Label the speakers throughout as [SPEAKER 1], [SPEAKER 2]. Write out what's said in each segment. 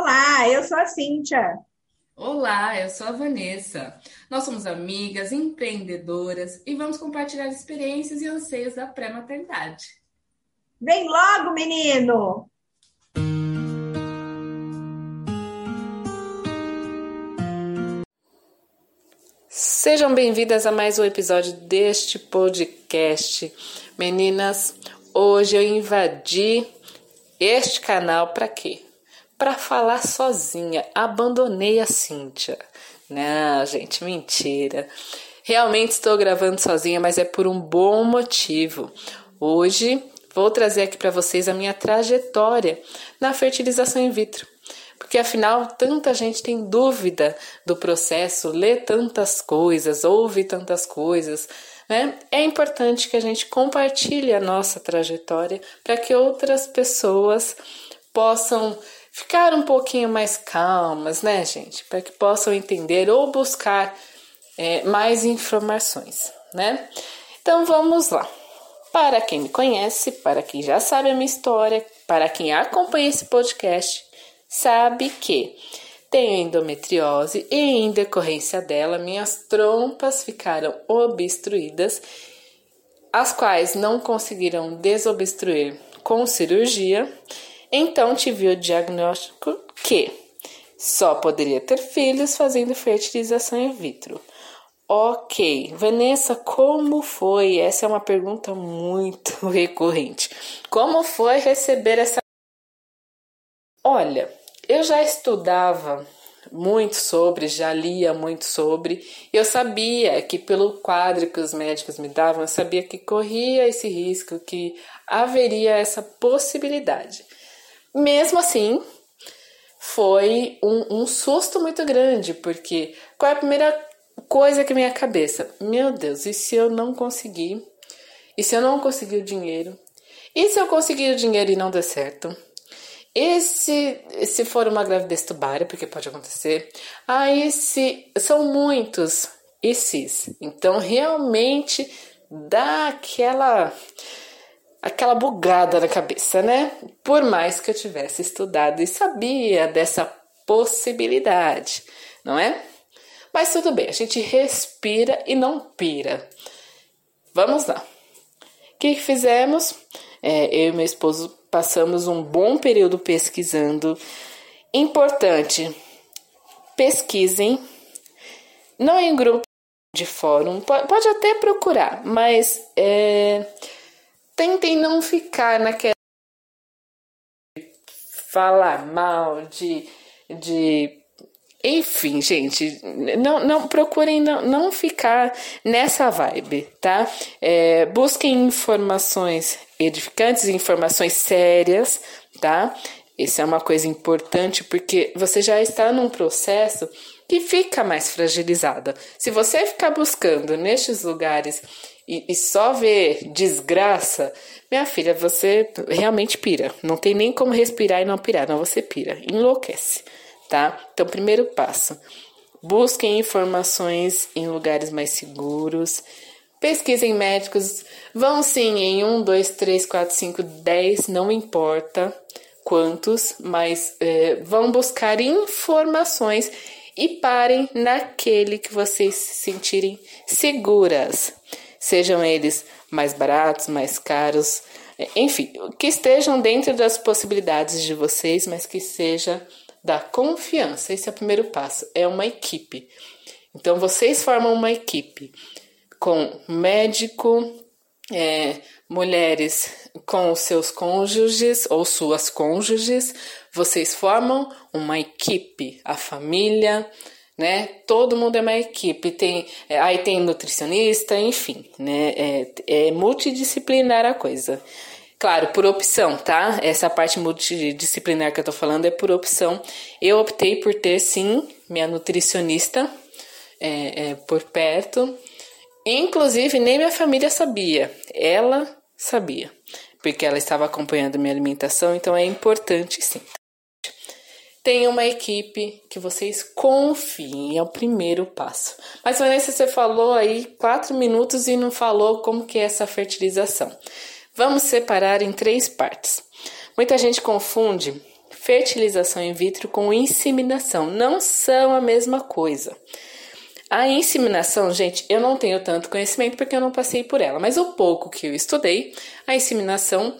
[SPEAKER 1] Olá, eu sou a Cíntia.
[SPEAKER 2] Olá, eu sou a Vanessa. Nós somos amigas, empreendedoras e vamos compartilhar experiências e anseios da pré-maternidade.
[SPEAKER 1] Vem logo, menino!
[SPEAKER 2] Sejam bem-vindas a mais um episódio deste podcast. Meninas, hoje eu invadi este canal para quê? Para falar sozinha. Abandonei a Cíntia. Não, gente, mentira. Realmente estou gravando sozinha, mas é por um bom motivo. Hoje vou trazer aqui para vocês a minha trajetória na fertilização in vitro. Porque afinal, tanta gente tem dúvida do processo, lê tantas coisas, ouve tantas coisas, né? É importante que a gente compartilhe a nossa trajetória para que outras pessoas possam ficar um pouquinho mais calmas, né, gente? Para que possam entender ou buscar mais informações, né? Então vamos lá. Para quem me conhece, para quem já sabe a minha história, para quem acompanha esse podcast, sabe que tenho endometriose e em decorrência dela minhas trompas ficaram obstruídas, as quais não conseguiram desobstruir com cirurgia. Então tive o diagnóstico que só poderia ter filhos fazendo fertilização in vitro. Ok, Vanessa, como foi? Essa é uma pergunta muito recorrente. Como foi receber essa... Olha, eu já estudava muito sobre, já lia muito sobre, eu sabia que pelo quadro que os médicos me davam, eu sabia que corria esse risco, que haveria essa possibilidade. Mesmo assim, foi um susto muito grande, porque qual é a primeira coisa que vem à cabeça? Meu Deus, e se eu não conseguir? E se eu não conseguir o dinheiro? E se eu conseguir o dinheiro e não der certo? E se for uma gravidez tubária, porque pode acontecer. Aí se são muitos esses. Então realmente dá aquela bugada na cabeça, né? Por mais que eu tivesse estudado e sabia dessa possibilidade, não é? Mas tudo bem, a gente respira e não pira. Vamos lá. O que fizemos? Eu e meu esposo passamos um bom período pesquisando. Importante, pesquisem, não em grupo de fórum, pode até procurar, mas tentem não ficar naquela falar mal de enfim, gente, não procurem não ficar nessa vibe, tá? Busquem informações edificantes, informações sérias, tá? Isso é uma coisa importante porque você já está num processo que fica mais fragilizada. Se você ficar buscando nestes lugares e só ver desgraça, minha filha, você realmente pira. Não tem nem como respirar e não pirar, não, você pira, enlouquece. Tá? Então, primeiro passo, busquem informações em lugares mais seguros, pesquisem médicos, vão sim em 1, 2, 3, 4, 5, 10, não importa quantos, mas vão buscar informações e parem naquele que vocês se sentirem seguras, sejam eles mais baratos, mais caros, enfim, que estejam dentro das possibilidades de vocês, mas que seja da confiança. Esse é o primeiro passo, é uma equipe. Então, vocês formam uma equipe com médico, mulheres com seus cônjuges ou suas cônjuges, vocês formam uma equipe, a família, né? Todo mundo é uma equipe, aí tem nutricionista, enfim, né? É multidisciplinar a coisa. Claro, por opção, tá? Essa parte multidisciplinar que eu tô falando é por opção. Eu optei por ter, sim, minha nutricionista por perto. Inclusive, nem minha família sabia. Ela sabia, porque ela estava acompanhando minha alimentação, então é importante, sim. Tenha uma equipe que vocês confiem, é o primeiro passo. Mas, Vanessa, você falou aí 4 minutos e não falou como que é essa fertilização. Vamos separar em 3 partes. Muita gente confunde fertilização in vitro com inseminação. Não são a mesma coisa. A inseminação, gente, eu não tenho tanto conhecimento porque eu não passei por ela, mas o pouco que eu estudei, a inseminação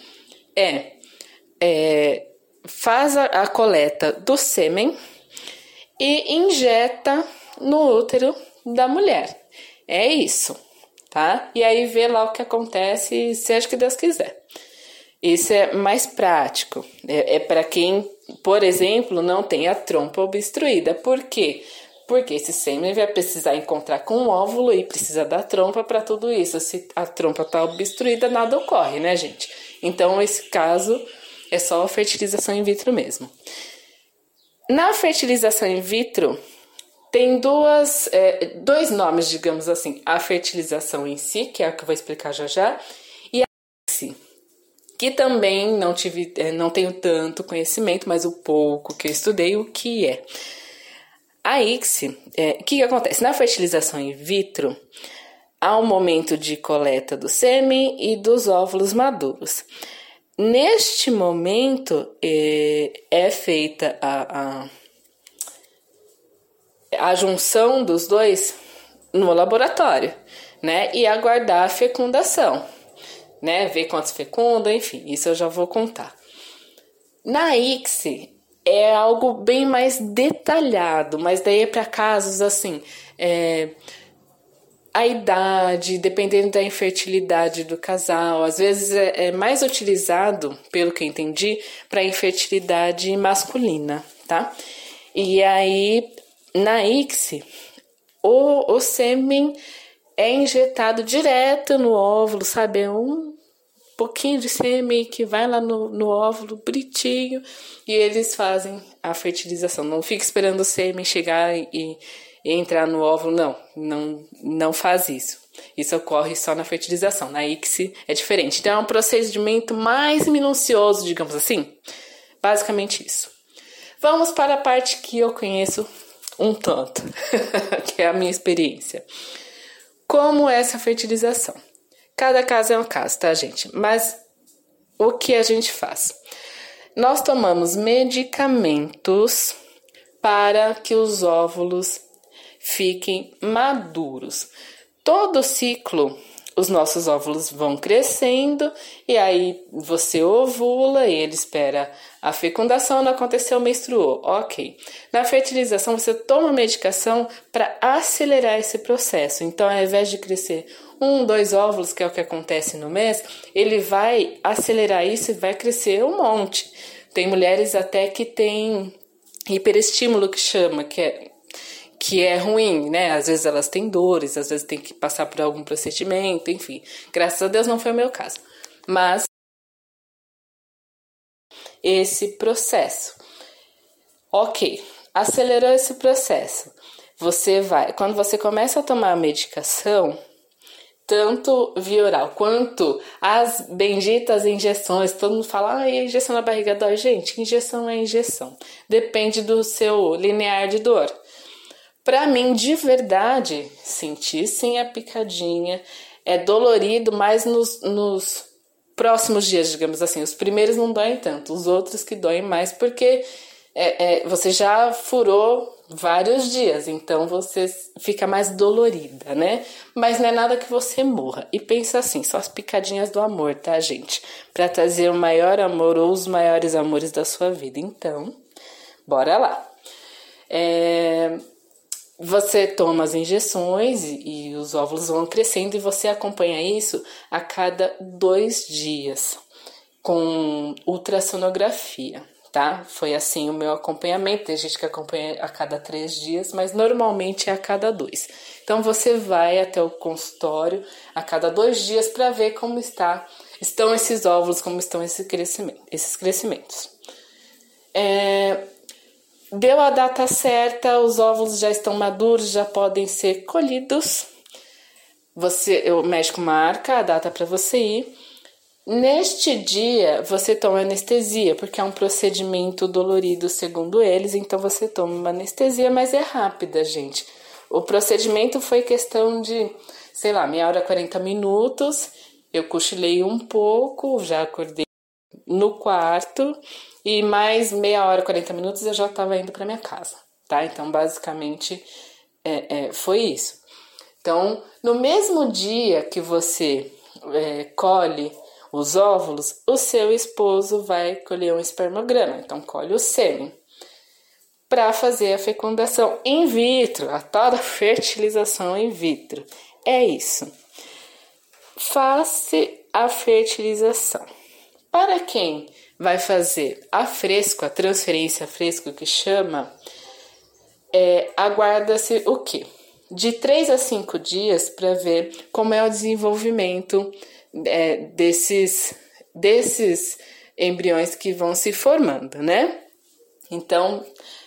[SPEAKER 2] faz a coleta do sêmen e injeta no útero da mulher. É isso, tá? E aí vê lá o que acontece, seja o que Deus quiser. Isso é mais prático. É para quem, por exemplo, não tem a trompa obstruída. Por quê? Porque esse sêmen vai precisar encontrar com o óvulo e precisa da trompa para tudo isso. Se a trompa está obstruída, nada ocorre, né, gente? Então, esse caso é só a fertilização in vitro mesmo. Na fertilização in vitro, tem dois nomes, digamos assim. A fertilização em si, que é o que eu vou explicar já, e a ICSI, que também não tenho tanto conhecimento, mas o pouco que eu estudei, o que é. A ICSI, o que acontece? Na fertilização in vitro, há um momento de coleta do sêmen e dos óvulos maduros. Neste momento, é feita a junção dos dois no laboratório, né? E aguardar a fecundação, né? Ver quantos fecundam, enfim, isso eu já vou contar. Na ICSI, é algo bem mais detalhado, mas daí é para casos assim, a idade, dependendo da infertilidade do casal, às vezes é mais utilizado, pelo que eu entendi, para infertilidade masculina, tá? E aí, na ICSI, o sêmen é injetado direto no óvulo, sabe? É um pouquinho de sêmen que vai lá no óvulo, bonitinho, e eles fazem a fertilização. Não fica esperando o sêmen chegar e entrar no óvulo, não faz isso. Isso ocorre só na fertilização. Na ICSI é diferente. Então é um procedimento mais minucioso, digamos assim. Basicamente isso. Vamos para a parte que eu conheço um tanto, que é a minha experiência. Como é essa fertilização? Cada caso é um caso, tá, gente? Mas o que a gente faz? Nós tomamos medicamentos para que os óvulos fiquem maduros. Todo ciclo, os nossos óvulos vão crescendo e aí você ovula e ele espera a fecundação, não aconteceu, menstruou, ok. Na fertilização você toma medicação para acelerar esse processo. Então, ao invés de crescer 2 óvulos, que é o que acontece no mês, ele vai acelerar isso e vai crescer um monte. Tem mulheres até que têm hiperestímulo, que chama, que é ruim, né? Às vezes elas têm dores, às vezes tem que passar por algum procedimento, enfim. Graças a Deus não foi o meu caso. Mas esse processo. Ok, acelerou esse processo. Quando você começa a tomar a medicação, tanto via oral quanto as benditas injeções, todo mundo fala, a injeção na barriga dói. Gente, injeção é injeção. Depende do seu linear de dor. Para mim, de verdade, sentir sim a picadinha, é dolorido, mas nos próximos dias, digamos assim. Os primeiros não doem tanto, os outros que doem mais, porque você já furou vários dias, então você fica mais dolorida, né? Mas não é nada que você morra. E pensa assim, só as picadinhas do amor, tá, gente? Para trazer o maior amor ou os maiores amores da sua vida. Então, bora lá. Você toma as injeções e os óvulos vão crescendo e você acompanha isso a cada 2 dias com ultrassonografia, tá? Foi assim o meu acompanhamento. Tem gente que acompanha a cada 3 dias, mas normalmente é a cada 2. Então você vai até o consultório a cada 2 dias para ver como estão esses óvulos, como estão esses crescimentos. Deu a data certa, os óvulos já estão maduros, já podem ser colhidos. O médico marca a data para você ir. Neste dia, você toma anestesia, porque é um procedimento dolorido, segundo eles. Então, você toma uma anestesia, mas é rápida, gente. O procedimento foi questão de, meia hora, 40 minutos. Eu cochilei um pouco, já acordei no quarto e mais meia hora, 40 minutos eu já estava indo para minha casa, tá? Então, basicamente, foi isso. Então, no mesmo dia que você colhe os óvulos, o seu esposo vai colher um espermograma, então colhe o sêmen, para fazer a fecundação in vitro, a tal da fertilização in vitro. É isso. Faça a fertilização. Para quem vai fazer a fresco, a transferência a fresco que chama, aguarda-se o quê? De 3 a 5 dias para ver como é o desenvolvimento desses embriões que vão se formando, né? Então,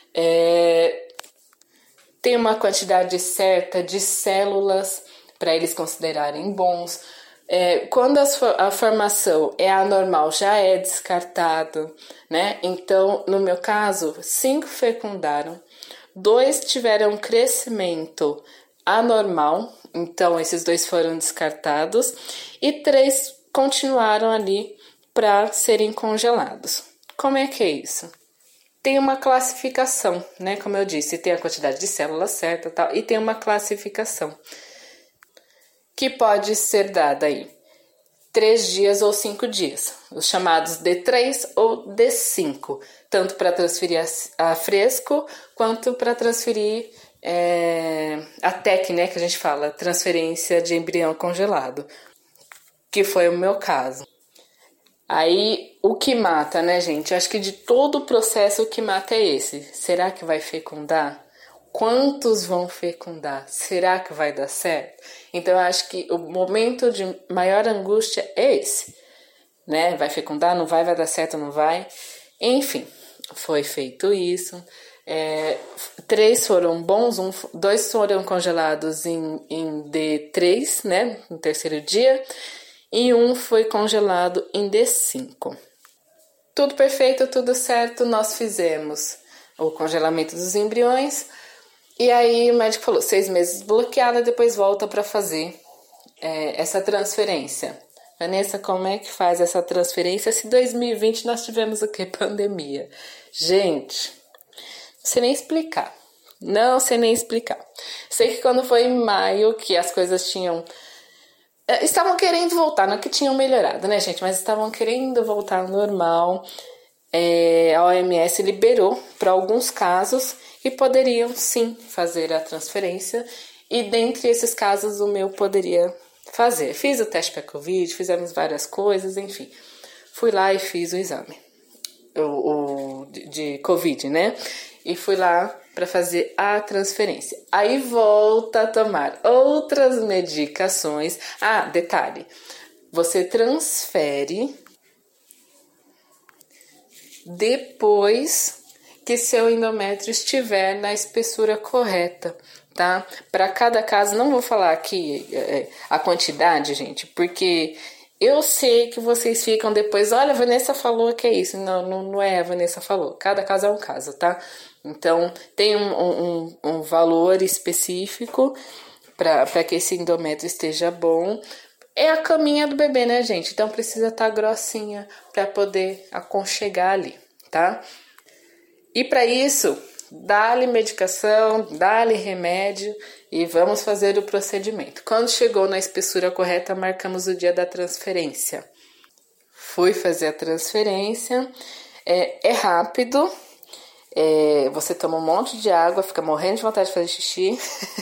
[SPEAKER 2] tem uma quantidade certa de células para eles considerarem bons. Quando a formação é anormal, já é descartado, né? Então, no meu caso, 5 fecundaram, 2 tiveram crescimento anormal, então esses 2 foram descartados, e 3 continuaram ali para serem congelados. Como é que é isso? Tem uma classificação, né? Como eu disse, tem a quantidade de células certa, tal, e tem uma classificação que pode ser dada aí 3 dias ou 5 dias, os chamados D3 ou D5, tanto para transferir a fresco quanto para transferir a TEC, né, que a gente fala, transferência de embrião congelado, que foi o meu caso. Aí, o que mata, né, gente? Eu acho que de todo o processo, o que mata é esse. Será que vai fecundar? Quantos vão fecundar? Será que vai dar certo? Então, eu acho que o momento de maior angústia é esse, né? Vai fecundar? Não vai? Vai dar certo? Não vai? Enfim, foi feito isso. 3 foram bons, 2 foram congelados em D3, né? No terceiro dia. E 1 foi congelado em D5. Tudo perfeito, tudo certo, nós fizemos o congelamento dos embriões. E aí o médico falou, 6 meses bloqueada, depois volta para fazer essa transferência. Vanessa, como é que faz essa transferência se 2020 nós tivemos o quê? Pandemia. Gente, não sei nem explicar. Não sei nem explicar. Sei que quando foi em maio que as coisas estavam querendo voltar, não que tinham melhorado, né, gente? Mas estavam querendo voltar ao normal. A OMS liberou para alguns casos que poderiam sim fazer a transferência. E dentre esses casos, o meu poderia fazer. Fiz o teste para Covid, fizemos várias coisas, enfim. Fui lá e fiz o exame de Covid, né? E fui lá para fazer a transferência. Aí volta a tomar outras medicações. Ah, detalhe, você transfere depois que seu endométrio estiver na espessura correta, tá? Para cada caso, não vou falar aqui a quantidade, gente, porque eu sei que vocês ficam depois, olha, a Vanessa falou que é isso. Não é a Vanessa falou. Cada caso é um caso, tá? Então, tem um valor específico para que esse endométrio esteja bom. É a caminha do bebê, né, gente? Então, precisa estar grossinha para poder aconchegar ali, tá? E para isso, dá-lhe medicação, dá-lhe remédio e vamos fazer o procedimento. Quando chegou na espessura correta, marcamos o dia da transferência. Fui fazer a transferência, é rápido, você toma um monte de água, fica morrendo de vontade de fazer xixi,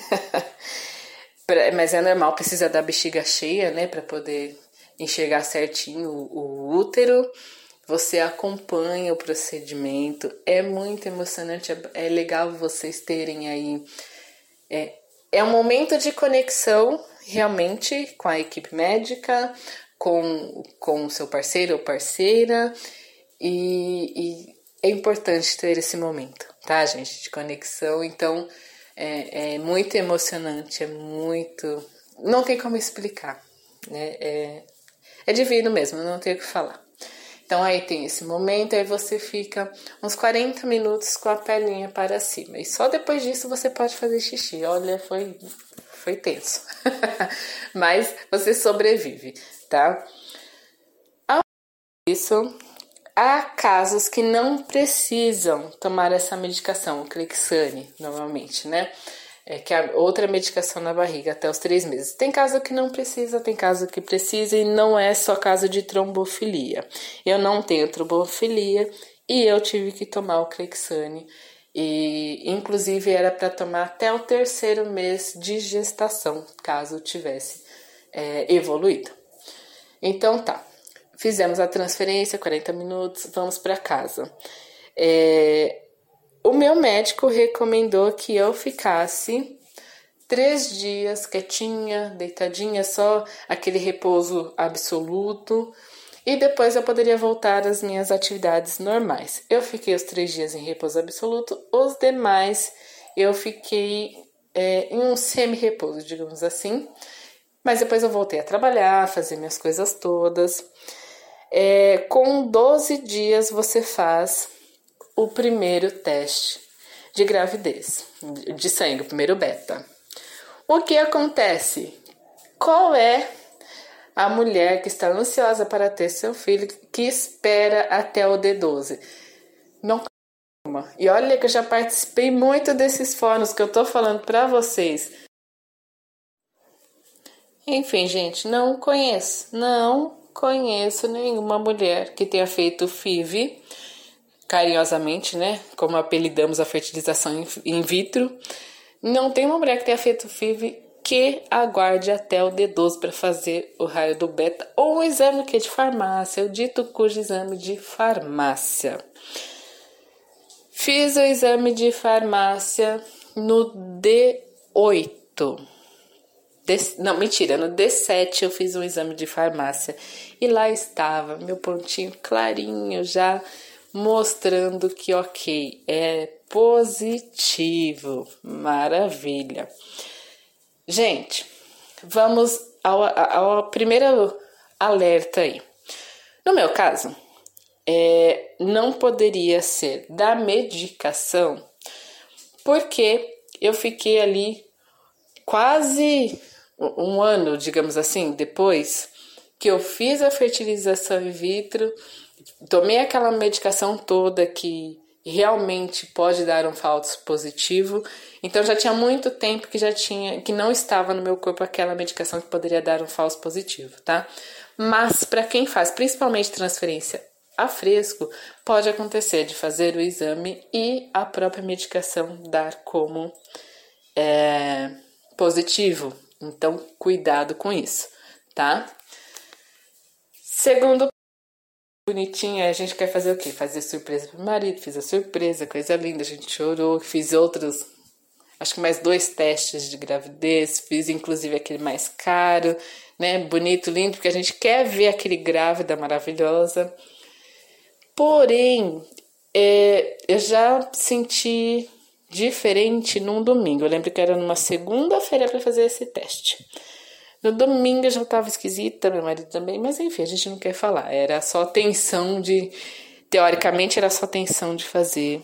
[SPEAKER 2] mas é normal, precisa da bexiga cheia, né, para poder enxergar certinho o útero. Você acompanha o procedimento, é muito emocionante, é legal vocês terem aí. É um momento de conexão realmente com a equipe médica, com o seu parceiro ou parceira, e é importante ter esse momento, tá, gente, de conexão. Então, é muito emocionante, não tem como explicar, né? É divino mesmo, não tenho o que falar. Então, aí tem esse momento, aí você fica uns 40 minutos com a perninha para cima. E só depois disso você pode fazer xixi. Olha, foi tenso. Mas você sobrevive, tá? Isso, há casos que não precisam tomar essa medicação, o Clexane, normalmente, né? Que é outra medicação na barriga até os 3 meses. Tem caso que não precisa, tem caso que precisa e não é só caso de trombofilia. Eu não tenho trombofilia e eu tive que tomar o Clexane e inclusive era para tomar até o 3º mês de gestação, caso tivesse evoluído. Então tá, fizemos a transferência, 40 minutos, vamos para casa. O meu médico recomendou que eu ficasse 3 dias quietinha, deitadinha, só aquele repouso absoluto, e depois eu poderia voltar às minhas atividades normais. Eu fiquei os 3 dias em repouso absoluto, os demais eu fiquei em um semi-repouso, digamos assim, mas depois eu voltei a trabalhar, fazer minhas coisas todas. Com 12 dias você faz o primeiro teste de gravidez, de sangue, o primeiro beta. O que acontece? Qual é a mulher que está ansiosa para ter seu filho, que espera até o D12? Não calma. E olha que eu já participei muito desses fóruns que eu tô falando para vocês. Enfim, gente, não conheço nenhuma mulher que tenha feito FIV, carinhosamente, né, como apelidamos a fertilização in vitro. Não tem uma mulher que tenha feito FIV que aguarde até o D12 para fazer o raio do beta ou um exame que é de farmácia, o dito cujo exame de farmácia. Fiz o exame de farmácia no D8. No D7 eu fiz um exame de farmácia e lá estava meu pontinho clarinho já mostrando que ok, é positivo, maravilha. Gente, vamos ao primeiro alerta aí. No meu caso, não poderia ser da medicação, porque eu fiquei ali quase um ano, digamos assim, depois que eu fiz a fertilização in vitro, tomei aquela medicação toda que realmente pode dar um falso positivo. Então já tinha muito tempo que não estava no meu corpo aquela medicação que poderia dar um falso positivo, tá? Mas para quem faz, principalmente transferência a fresco, pode acontecer de fazer o exame e a própria medicação dar como positivo. Então cuidado com isso, tá? Segundo, bonitinha, a gente quer fazer o quê? Fazer surpresa pro marido, fiz a surpresa, coisa linda, a gente chorou, fiz outros, acho que mais 2 testes de gravidez, fiz inclusive aquele mais caro, né, bonito, lindo, porque a gente quer ver aquele grávida maravilhosa. Porém, eu já senti diferente num domingo, eu lembro que era numa segunda-feira para fazer esse teste. No domingo eu já estava esquisita, meu marido também, mas enfim, a gente não quer falar. Era só tensão teoricamente era só tensão de fazer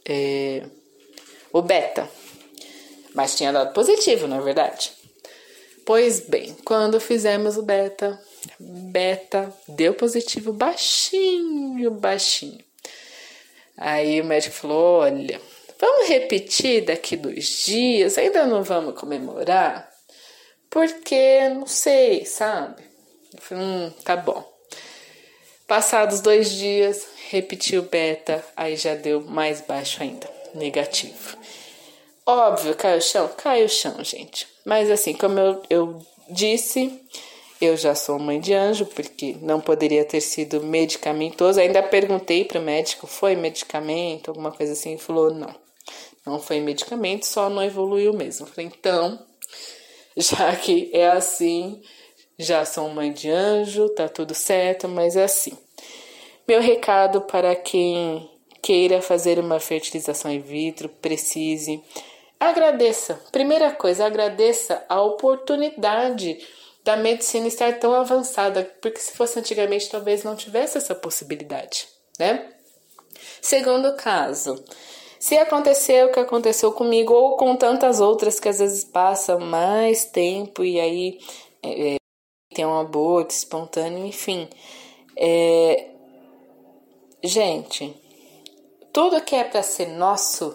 [SPEAKER 2] o beta. Mas tinha dado positivo, não é verdade? Pois bem, quando fizemos o beta deu positivo baixinho. Aí o médico falou, olha, vamos repetir daqui 2 dias, ainda não vamos comemorar? Porque, não sei, sabe? Eu falei, tá bom. Passados 2 dias, repeti o beta, aí já deu mais baixo ainda, negativo. Óbvio, caiu o chão, gente. Mas assim, como eu disse, eu já sou mãe de anjo, porque não poderia ter sido medicamentoso. Ainda perguntei para o médico, foi medicamento, alguma coisa assim? Ele falou, não foi medicamento, só não evoluiu mesmo. Eu falei, então, já que é assim, já sou mãe de anjo, tá tudo certo, mas é assim. Meu recado para quem queira fazer uma fertilização in vitro, precise, agradeça. Primeira coisa, agradeça a oportunidade da medicina estar tão avançada, porque se fosse antigamente talvez não tivesse essa possibilidade, né? Segundo caso, se aconteceu o que aconteceu comigo ou com tantas outras que às vezes passam mais tempo e aí tem um aborto espontâneo, enfim, gente, tudo que é para ser nosso,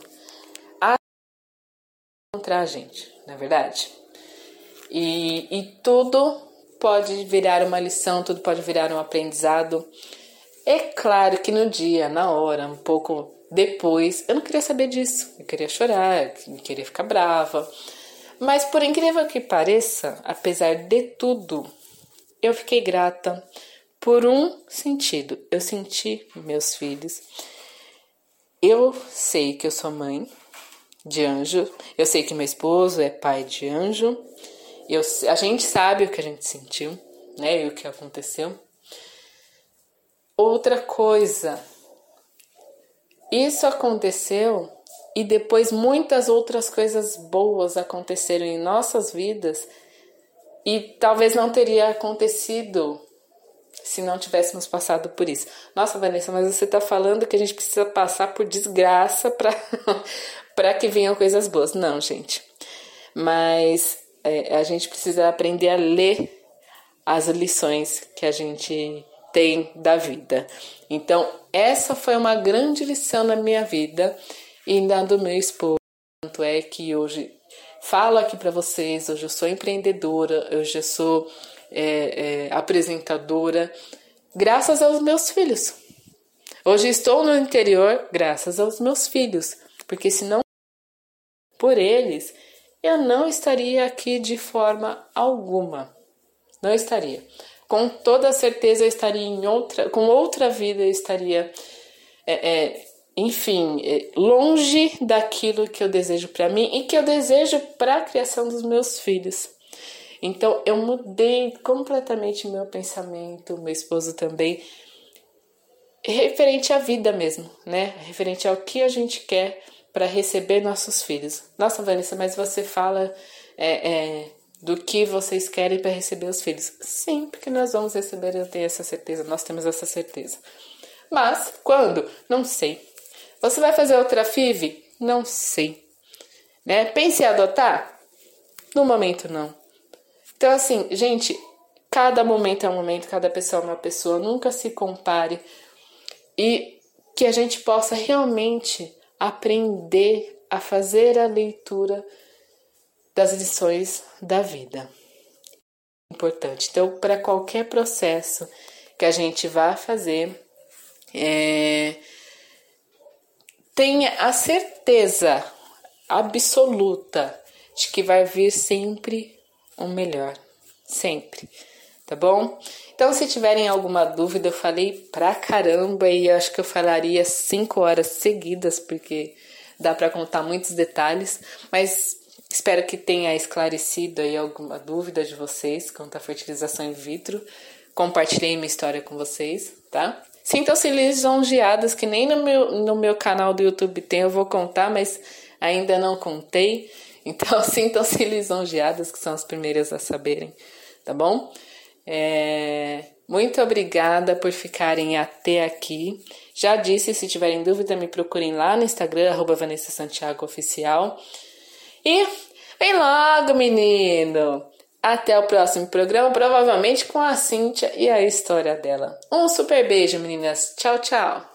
[SPEAKER 2] contra a gente, não é verdade? E tudo pode virar uma lição, tudo pode virar um aprendizado. É claro que no dia, na hora, um pouco depois, eu não queria saber disso. Eu queria chorar, eu queria ficar brava. Mas por incrível que pareça, apesar de tudo, eu fiquei grata por um sentido. Eu senti meus filhos. Eu sei que eu sou mãe de anjo. Eu sei que meu esposo é pai de anjo. A gente sabe o que a gente sentiu, né? E o que aconteceu. Outra coisa, isso aconteceu e depois muitas outras coisas boas aconteceram em nossas vidas e talvez não teria acontecido se não tivéssemos passado por isso. Nossa, Vanessa, mas você está falando que a gente precisa passar por desgraça para que venham coisas boas. Não, gente. Mas a gente precisa aprender a ler as lições que a gente tem da vida. Então, essa foi uma grande lição na minha vida e na do meu esposo. Tanto é que hoje falo aqui para vocês, hoje eu sou empreendedora, hoje eu sou apresentadora, graças aos meus filhos. Hoje estou no interior graças aos meus filhos, porque se não por eles, eu não estaria aqui de forma alguma. Não estaria. Com toda certeza eu estaria com outra vida, eu estaria, longe daquilo que eu desejo para mim e que eu desejo para a criação dos meus filhos. Então eu mudei completamente meu pensamento, meu esposo também, referente à vida mesmo, né? Referente ao que a gente quer para receber nossos filhos. Nossa, Vanessa, mas você fala do que vocês querem para receber os filhos. Sim, porque nós vamos receber, eu tenho essa certeza, nós temos essa certeza. Mas, quando? Não sei. Você vai fazer outra FIV? Não sei. Né? Pense em adotar? No momento, não. Então, assim, gente, cada momento é um momento, cada pessoa é uma pessoa, nunca se compare. E que a gente possa realmente aprender a fazer a leitura das lições da vida. Importante. Então, para qualquer processo que a gente vá fazer, tenha a certeza absoluta de que vai vir sempre o melhor. Sempre. Tá bom? Então, se tiverem alguma dúvida, eu falei pra caramba e eu acho que eu falaria 5 horas seguidas, porque dá para contar muitos detalhes, mas espero que tenha esclarecido aí alguma dúvida de vocês quanto à fertilização in vitro. Compartilhei minha história com vocês, tá? Sintam-se lisonjeadas, que nem no meu canal do YouTube tem, eu vou contar, mas ainda não contei. Então, sintam-se lisonjeadas, que são as primeiras a saberem, tá bom? Muito obrigada por ficarem até aqui. Já disse, se tiverem dúvida, me procurem lá no Instagram, @VanessaSantiagoOficial. E vem logo, menino! Até o próximo programa, provavelmente com a Cíntia e a história dela. Um super beijo, meninas. Tchau, tchau!